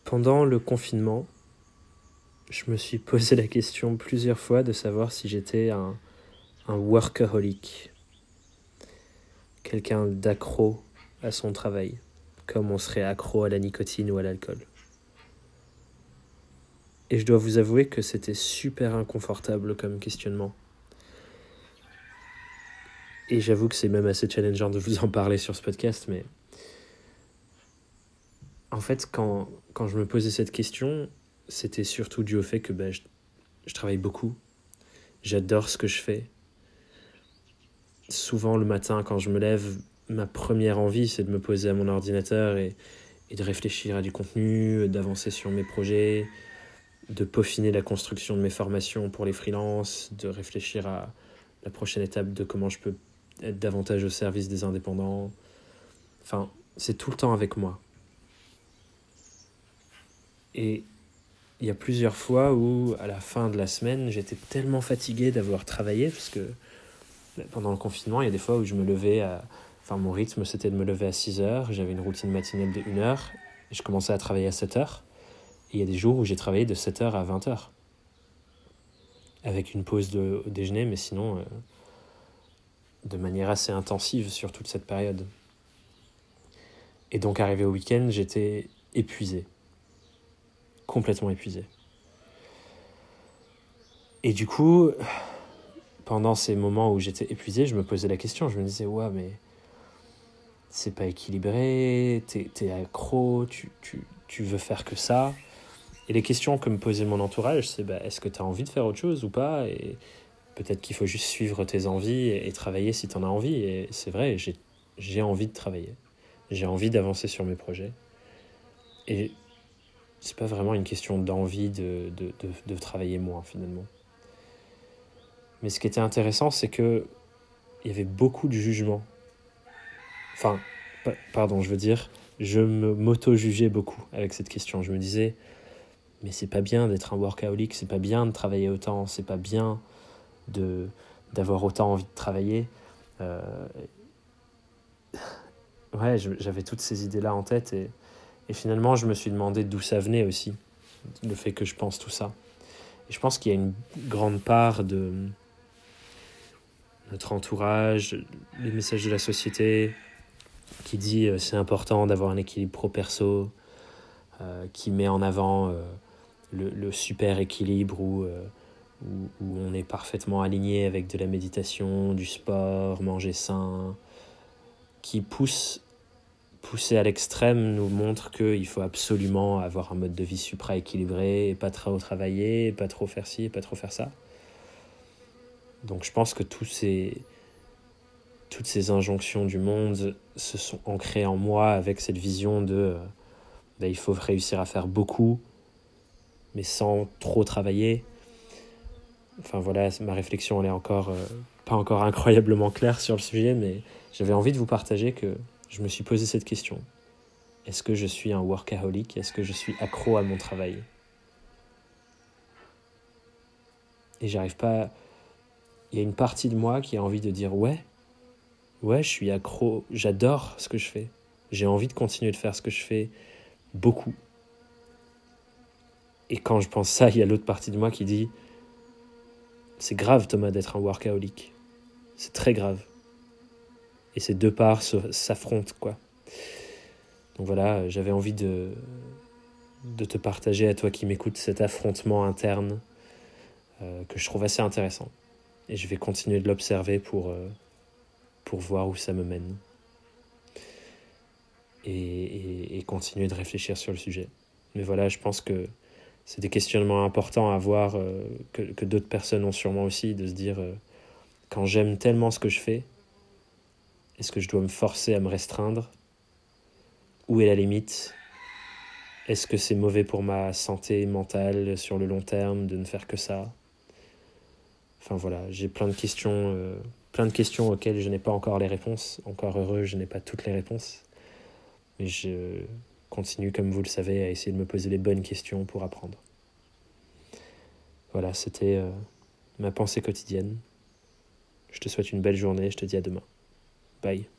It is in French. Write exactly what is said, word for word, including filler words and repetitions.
Pendant le confinement, je me suis posé la question plusieurs fois de savoir si j'étais un, un workaholic, quelqu'un d'accro à son travail, comme on serait accro à la nicotine ou à l'alcool. Et je dois vous avouer que c'était super inconfortable comme questionnement. Et j'avoue que c'est même assez challengeant de vous en parler sur ce podcast, mais en fait, quand, quand je me posais cette question, c'était surtout dû au fait que bah, je, je travaille beaucoup. J'adore ce que je fais. Souvent, le matin, quand je me lève, ma première envie, c'est de me poser à mon ordinateur et, et de réfléchir à du contenu, d'avancer sur mes projets, de peaufiner la construction de mes formations pour les freelances, de réfléchir à la prochaine étape de comment je peux être davantage au service des indépendants. Enfin, c'est tout le temps avec moi. Et il y a plusieurs fois où, à la fin de la semaine, j'étais tellement fatigué d'avoir travaillé, parce que pendant le confinement, il y a des fois où je me levais à... Enfin, mon rythme, c'était de me lever à six heures, j'avais une routine matinale de une heure, et je commençais à travailler à sept heures. Et il y a des jours où j'ai travaillé de sept heures à vingt heures, avec une pause de, au déjeuner, mais sinon, euh, de manière assez intensive sur toute cette période. Et donc, arrivé au week-end, j'étais épuisé. Complètement épuisé. Et du coup, pendant ces moments où j'étais épuisé, je me posais la question, je me disais, ouais, mais c'est pas équilibré, t'es, t'es accro, tu, tu, tu veux faire que ça. Et les questions que me posait mon entourage, c'est bah, est-ce que t'as envie de faire autre chose ou pas ? Et peut-être qu'il faut juste suivre tes envies et, et travailler si t'en as envie. Et c'est vrai, j'ai, j'ai envie de travailler. J'ai envie d'avancer sur mes projets. Et c'est pas vraiment une question d'envie de, de, de, de travailler moins, finalement. Mais ce qui était intéressant, c'est que il y avait beaucoup de jugement. Enfin, pa- pardon, je veux dire, je me m'auto-jugeais beaucoup avec cette question. Je me disais, mais c'est pas bien d'être un workaholic, c'est pas bien de travailler autant, c'est pas bien de, d'avoir autant envie de travailler. Euh, ouais, je, j'avais toutes ces idées-là en tête et, et finalement, je me suis demandé d'où ça venait aussi, le fait que je pense tout ça. Et je pense qu'il y a une grande part de notre entourage, les messages de la société, qui dit euh, c'est important d'avoir un équilibre pro-perso, euh, qui met en avant euh, le, le super équilibre où, euh, où, où on est parfaitement aligné avec de la méditation, du sport, manger sain, qui pousse, poussé à l'extrême, nous montre qu'il faut absolument avoir un mode de vie supra-équilibré, et pas trop travailler, et pas trop faire ci, et pas trop faire ça. Donc je pense que tous ces... toutes ces injonctions du monde se sont ancrées en moi avec cette vision de euh, ben, il faut réussir à faire beaucoup, mais sans trop travailler. Enfin voilà, ma réflexion elle est encore euh, pas encore incroyablement claire sur le sujet, mais j'avais envie de vous partager que je me suis posé cette question. Est-ce que je suis un workaholic ? Est-ce que je suis accro à mon travail ? Et j'arrive pas... Il y a une partie de moi qui a envie de dire ouais, ouais, je suis accro, j'adore ce que je fais. J'ai envie de continuer de faire ce que je fais beaucoup. Et quand je pense ça, il y a l'autre partie de moi qui dit c'est grave, Thomas, d'être un workaholic. C'est très grave. Et ces deux parts s'affrontent, quoi. Donc voilà, j'avais envie de, de te partager à toi qui m'écoutes cet affrontement interne euh, que je trouve assez intéressant. Et je vais continuer de l'observer pour, euh, pour voir où ça me mène. Et, et, et continuer de réfléchir sur le sujet. Mais voilà, je pense que c'est des questionnements importants à avoir, euh, que, que d'autres personnes ont sûrement aussi, de se dire, euh, quand j'aime tellement ce que je fais, est-ce que je dois me forcer à me restreindre ? Où est la limite ? Est-ce que c'est mauvais pour ma santé mentale sur le long terme de ne faire que ça ? Enfin voilà, j'ai plein de questions, euh, plein de questions auxquelles je n'ai pas encore les réponses. Encore heureux, je n'ai pas toutes les réponses. Mais je continue, comme vous le savez, à essayer de me poser les bonnes questions pour apprendre. Voilà, c'était euh, ma pensée quotidienne. Je te souhaite une belle journée, je te dis à demain. Bye.